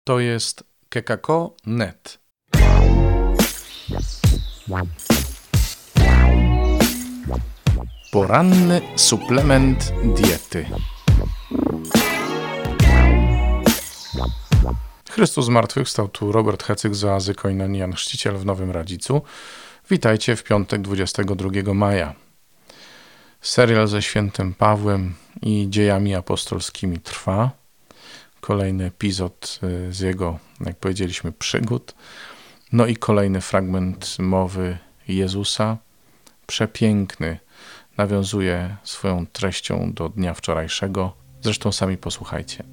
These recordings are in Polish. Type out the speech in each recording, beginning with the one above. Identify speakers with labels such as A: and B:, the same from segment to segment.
A: To jest kekako.net. Poranny suplement diety. Chrystus zmartwychwstał, tu Robert Hecyk z Oazy Koinonian, chrzciciel w Nowym Radzicu. Witajcie w piątek 22 maja. Serial ze świętym Pawłem i dziejami apostolskimi trwa. Kolejny epizod z jego, jak powiedzieliśmy, przygód. No i kolejny fragment mowy Jezusa. Przepiękny. Nawiązuje swoją treścią do dnia wczorajszego. Zresztą sami posłuchajcie.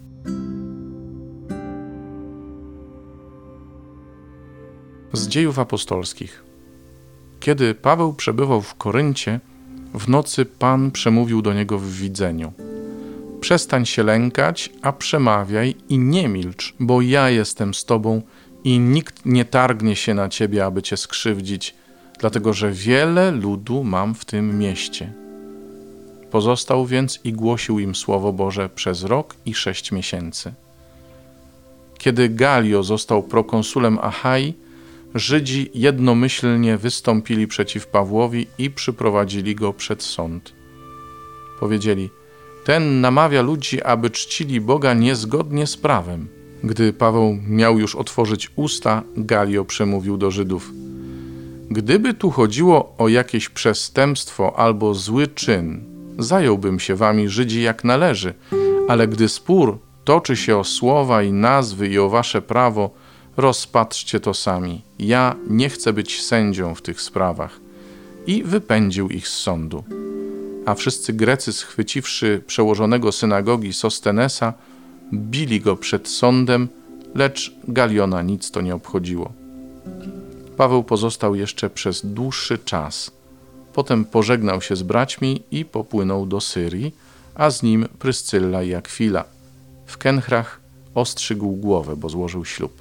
A: Z Dziejów Apostolskich. Kiedy Paweł przebywał w Koryncie, w nocy Pan przemówił do niego w widzeniu. Przestań się lękać, a przemawiaj i nie milcz, bo ja jestem z tobą i nikt nie targnie się na ciebie, aby cię skrzywdzić, dlatego że wiele ludu mam w tym mieście. Pozostał więc i głosił im Słowo Boże przez rok i 6 miesięcy. Kiedy Galio został prokonsulem Achai, Żydzi jednomyślnie wystąpili przeciw Pawłowi i przyprowadzili go przed sąd. Powiedzieli: ten namawia ludzi, aby czcili Boga niezgodnie z prawem. Gdy Paweł miał już otworzyć usta, Galio przemówił do Żydów: gdyby tu chodziło o jakieś przestępstwo albo zły czyn, zająłbym się wami, Żydzi, jak należy, ale gdy spór toczy się o słowa i nazwy i o wasze prawo, rozpatrzcie to sami. Ja nie chcę być sędzią w tych sprawach. I wypędził ich z sądu. A wszyscy Grecy, schwyciwszy przełożonego synagogi Sostenesa, bili go przed sądem, lecz Galiona nic to nie obchodziło. Paweł pozostał jeszcze przez dłuższy czas. Potem pożegnał się z braćmi i popłynął do Syrii, a z nim Pryscylla i Akwila. W Kenchrach ostrzygł głowę, bo złożył ślub.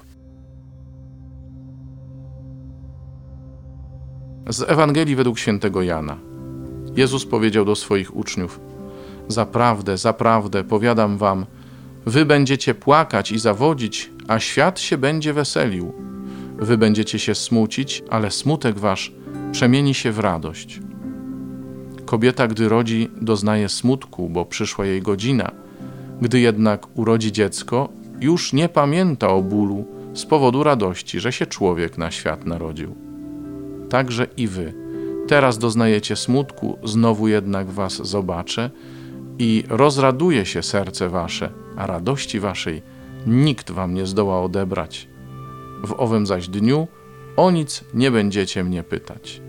A: Z Ewangelii według świętego Jana. Jezus powiedział do swoich uczniów: zaprawdę, zaprawdę, powiadam wam, wy będziecie płakać i zawodzić, a świat się będzie weselił. Wy będziecie się smucić, ale smutek wasz przemieni się w radość. Kobieta, gdy rodzi, doznaje smutku, bo przyszła jej godzina. Gdy jednak urodzi dziecko, już nie pamięta o bólu z powodu radości, że się człowiek na świat narodził. Także i wy. Teraz doznajecie smutku, znowu jednak was zobaczę i rozraduje się serce wasze, a radości waszej nikt wam nie zdoła odebrać. W owym zaś dniu o nic nie będziecie mnie pytać.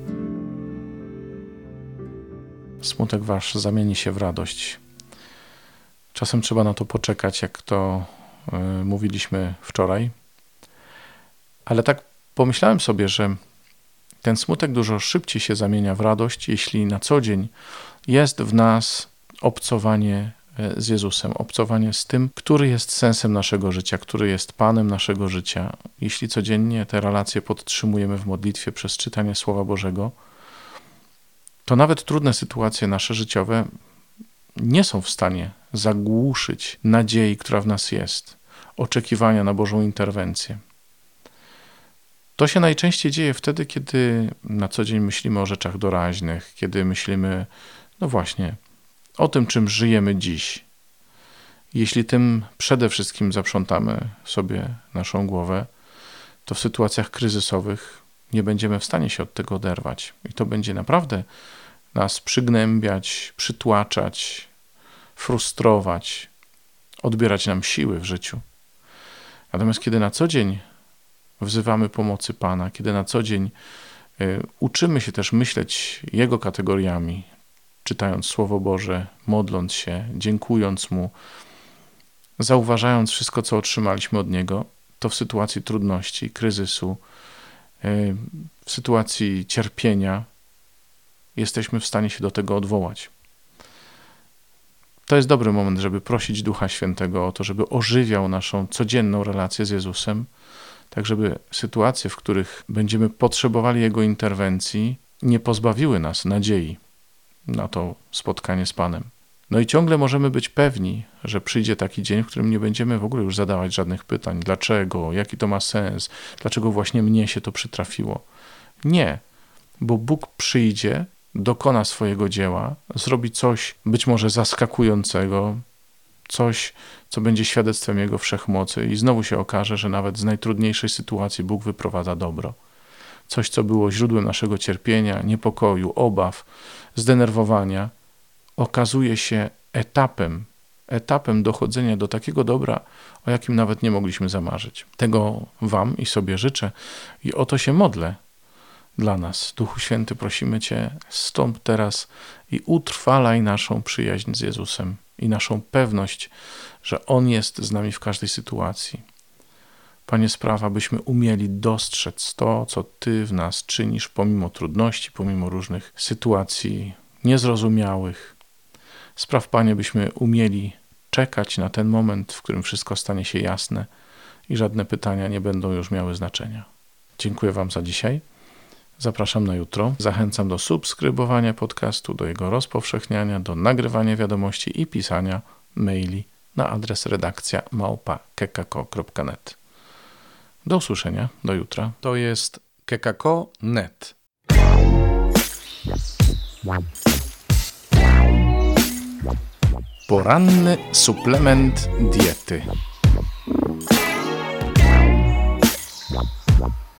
A: Smutek wasz zamieni się w radość. Czasem trzeba na to poczekać, jak to mówiliśmy wczoraj. Ale tak pomyślałem sobie, że ten smutek dużo szybciej się zamienia w radość, jeśli na co dzień jest w nas obcowanie z Jezusem, obcowanie z tym, który jest sensem naszego życia, który jest Panem naszego życia. Jeśli codziennie te relacje podtrzymujemy w modlitwie przez czytanie Słowa Bożego, to nawet trudne sytuacje nasze życiowe nie są w stanie zagłuszyć nadziei, która w nas jest, oczekiwania na Bożą interwencję. To się najczęściej dzieje wtedy, kiedy na co dzień myślimy o rzeczach doraźnych, kiedy myślimy, no właśnie, o tym, czym żyjemy dziś. Jeśli tym przede wszystkim zaprzątamy sobie naszą głowę, to w sytuacjach kryzysowych nie będziemy w stanie się od tego oderwać. I to będzie naprawdę nas przygnębiać, przytłaczać, frustrować, odbierać nam siły w życiu. Natomiast kiedy na co dzień wzywamy pomocy Pana, kiedy na co dzień uczymy się też myśleć Jego kategoriami, czytając Słowo Boże, modląc się, dziękując Mu, zauważając wszystko, co otrzymaliśmy od Niego, to w sytuacji trudności, kryzysu, w sytuacji cierpienia jesteśmy w stanie się do tego odwołać. To jest dobry moment, żeby prosić Ducha Świętego o to, żeby ożywiał naszą codzienną relację z Jezusem, tak żeby sytuacje, w których będziemy potrzebowali Jego interwencji, nie pozbawiły nas nadziei na to spotkanie z Panem. No i ciągle możemy być pewni, że przyjdzie taki dzień, w którym nie będziemy w ogóle już zadawać żadnych pytań. Dlaczego? Jaki to ma sens? Dlaczego właśnie mnie się to przytrafiło? Nie, bo Bóg przyjdzie, dokona swojego dzieła, zrobi coś być może zaskakującego, coś, co będzie świadectwem Jego wszechmocy i znowu się okaże, że nawet z najtrudniejszej sytuacji Bóg wyprowadza dobro. Coś, co było źródłem naszego cierpienia, niepokoju, obaw, zdenerwowania, okazuje się etapem dochodzenia do takiego dobra, o jakim nawet nie mogliśmy zamarzyć. Tego Wam i sobie życzę i o to się modlę dla nas. Duchu Święty, prosimy Cię, stąp teraz i utrwalaj naszą przyjaźń z Jezusem i naszą pewność, że On jest z nami w każdej sytuacji. Panie, spraw, abyśmy umieli dostrzec to, co Ty w nas czynisz pomimo trudności, pomimo różnych sytuacji niezrozumiałych. Spraw, Panie, byśmy umieli czekać na ten moment, w którym wszystko stanie się jasne i żadne pytania nie będą już miały znaczenia. Dziękuję Wam za dzisiaj. Zapraszam na jutro. Zachęcam do subskrybowania podcastu, do jego rozpowszechniania, do nagrywania wiadomości i pisania maili na adres redakcja@kekako.net. Do usłyszenia, do jutra. To jest kekako.net. Poranny suplement diety.